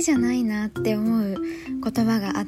じゃないなって思う言葉があって、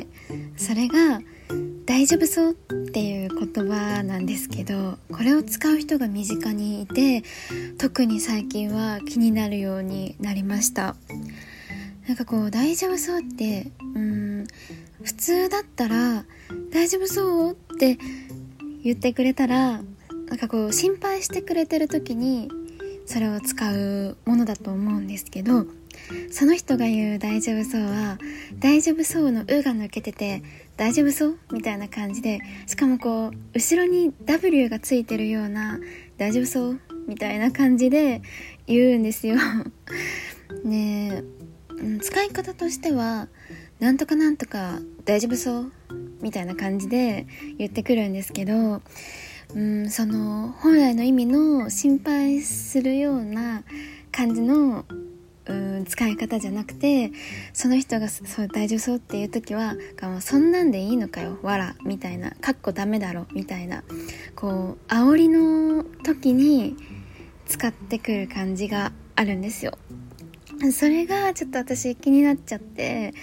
それが大丈夫そうっていう言葉なんですけど、これを使う人が身近にいて、特に最近は気になるようになりました。なんかこう大丈夫そうって普通だったら大丈夫そうって言ってくれたら、なんかこう心配してくれてる時にそれを使うものだと思うんですけど、その人が言う大丈夫そうは大丈夫そうのうが抜けてて大丈夫そうみたいな感じで、しかもこう後ろに W がついてるような大丈夫そうみたいな感じで言うんですよね。使い方としてはなんとかなんとか大丈夫そうみたいな感じで言ってくるんですけど、その本来の意味の心配するような感じの使い方じゃなくて、その人がそう大丈夫そうっていう時はそんなんでいいのかよわらみたいな、かっこダメだろみたいな、こう煽りの時に使ってくる感じがあるんですよ。それがちょっと私気になっちゃって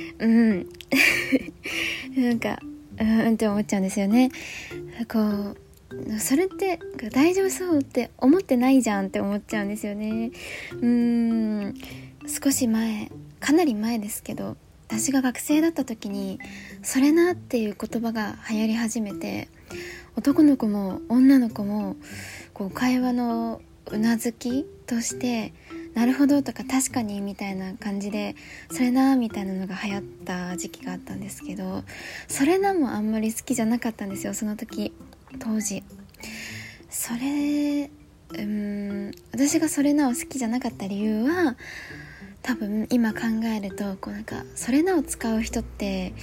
なんかって思っちゃうんですよね。こうそれって大丈夫そうって思ってないじゃんって思っちゃうんですよね。少し前、かなり前ですけど、私が学生だった時にそれなっていう言葉が流行り始めて、男の子も女の子もこう会話のうなずきとしてなるほどとか確かにみたいな感じでそれなみたいなのが流行った時期があったんですけど、それなもあんまり好きじゃなかったんですよ、その時当時。それ私がそれなを好きじゃなかった理由は、多分今考えるとこうなんかそれなを使う人って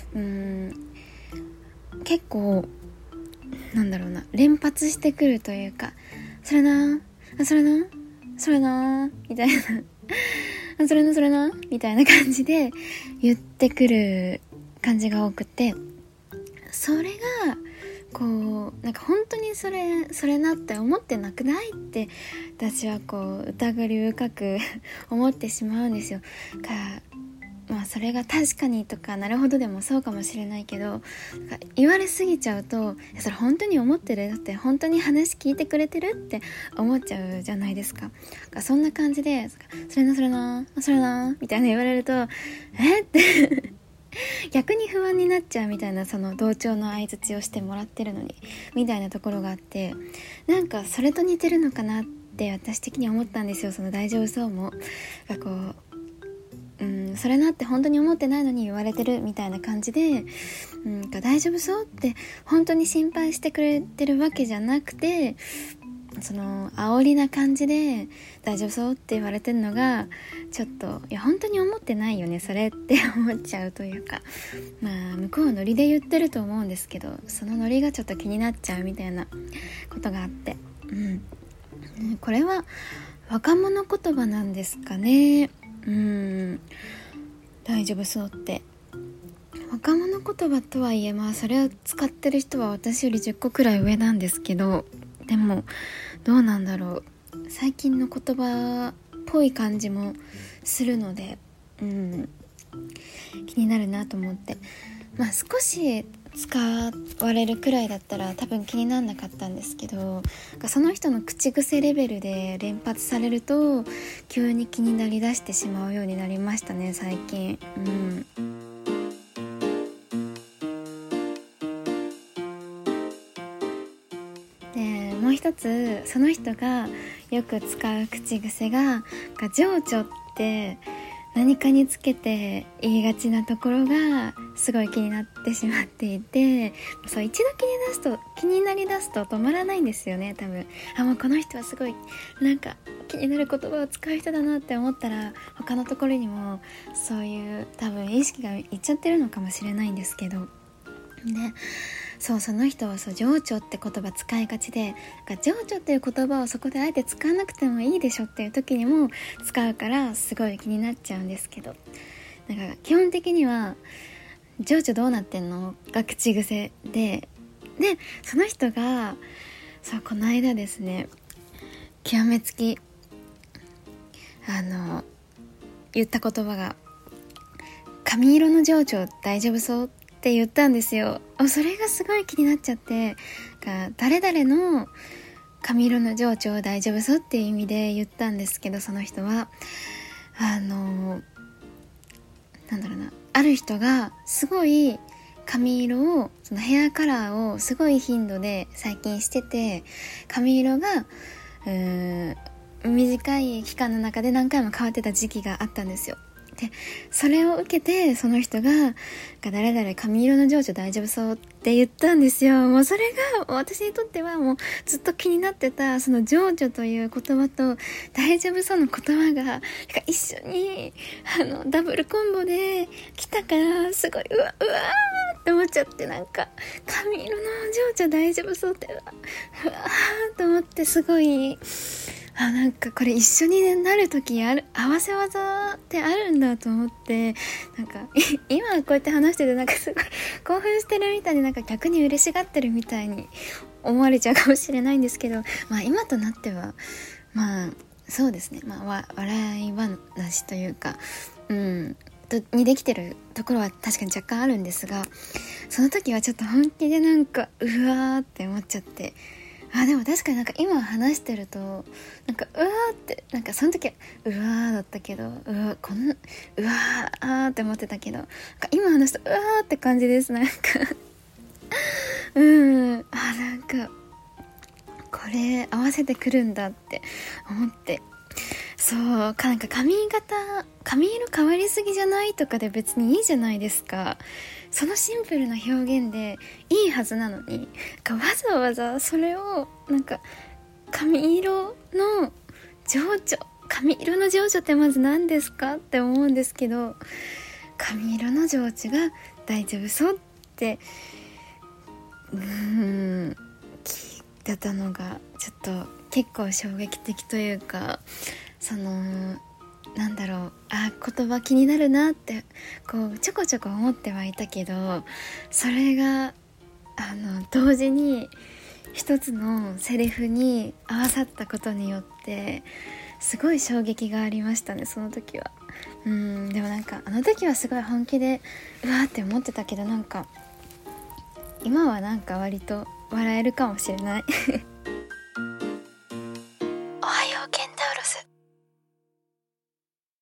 結構なんだろうな、連発してくるというか、それなそれなそれなみたいなそれなそれなみたいな感じで言ってくる感じが多くて、それがこうなんか本当にそれなって思ってなくないって私はこう疑り深く思ってしまうんですよ。それが確かにとかなるほどでもそうかもしれないけど、言われすぎちゃうとそれ本当に思ってる、だって本当に話聞いてくれてるって思っちゃうじゃないですか。そんな感じでそれなみたいな言われるとって逆に不安になっちゃうみたいな、その同調の相槌をしてもらってるのにみたいなところがあって、なんかそれと似てるのかなって私的には思ったんですよ。その大丈夫そうもこうそれなって本当に思ってないのに言われてるみたいな感じで、大丈夫そうって本当に心配してくれてるわけじゃなくて、その煽りな感じで大丈夫そうって言われてるのがちょっといや本当に思ってないよねそれって思っちゃうというか、向こうノリで言ってると思うんですけど、そのノリがちょっと気になっちゃうみたいなことがあって、これは若者言葉なんですかね。大丈夫そうって若者言葉とはいえ、それを使ってる人は私より10個くらい上なんですけど、でもどうなんだろう、最近の言葉っぽい感じもするので、気になるなと思って、少し使われるくらいだったら多分気にならなかったんですけど、その人の口癖レベルで連発されると急に気になりだしてしまうようになりましたね最近。でもう一つ、その人がよく使う口癖が情緒って何かにつけて言いがちなところがすごい気になってしまっていて、そう一度気になりだすと止まらないんですよね多分。もうこの人はすごいなんか気になる言葉を使う人だなって思ったら他のところにもそういう多分意識がいっちゃってるのかもしれないんですけど、その人は情緒って言葉使いがちで、情緒っていう言葉をそこであえて使わなくてもいいでしょっていう時にも使うからすごい気になっちゃうんですけど、基本的には情緒どうなってんのが口癖でその人がこの間ですね、極めつき言った言葉が髪色の情緒大丈夫そうって言ったんですよ。それがすごい気になっちゃって、誰々の髪色の情緒大丈夫そうっていう意味で言ったんですけど、その人はなんだろうな、ある人がすごい髪色を、そのヘアカラーをすごい頻度で最近してて、髪色が短い期間の中で何回も変わってた時期があったんですよ。でそれを受けてその人が誰々髪色の情緒大丈夫そうって言ったんですよ。もうそれが私にとってはもうずっと気になってた、その情緒という言葉と大丈夫そうの言葉が一緒にダブルコンボで来たから、すごいうわーって思っちゃって、なんか髪色の情緒大丈夫そうってうわーと思って、すごいなんかこれ一緒になるとき合わせ技ってあるんだと思って、なんか今こうやって話しててなんかすごい興奮してるみたいに、なんか逆に嬉しがってるみたいに思われちゃうかもしれないんですけど、今となってはそうですね、笑い話というかにできてるところは確かに若干あるんですが、その時はちょっと本気でなんかうわーって思っちゃって、でも確かになんか今話してるとなんかうわーって、なんかその時はうわーだったけど、うわーって思ってたけど、なんか今話すとうわーって感じです。なんかなんかこれ合わせてくるんだって思って、なんか髪色変わりすぎじゃないとかで別にいいじゃないですか。そのシンプルな表現でいいはずなのに、わざわざそれをなんか髪色の情緒ってまず何ですかって思うんですけど、髪色の情緒が大丈夫そうって聞いてたのがちょっと結構衝撃的というか、なんだろう、言葉気になるなってこうちょこちょこ思ってはいたけど、それが同時に一つのセリフに合わさったことによってすごい衝撃がありましたね、その時は。でもなんかあの時はすごい本気でうわーって思ってたけど、なんか今はなんか割と笑えるかもしれない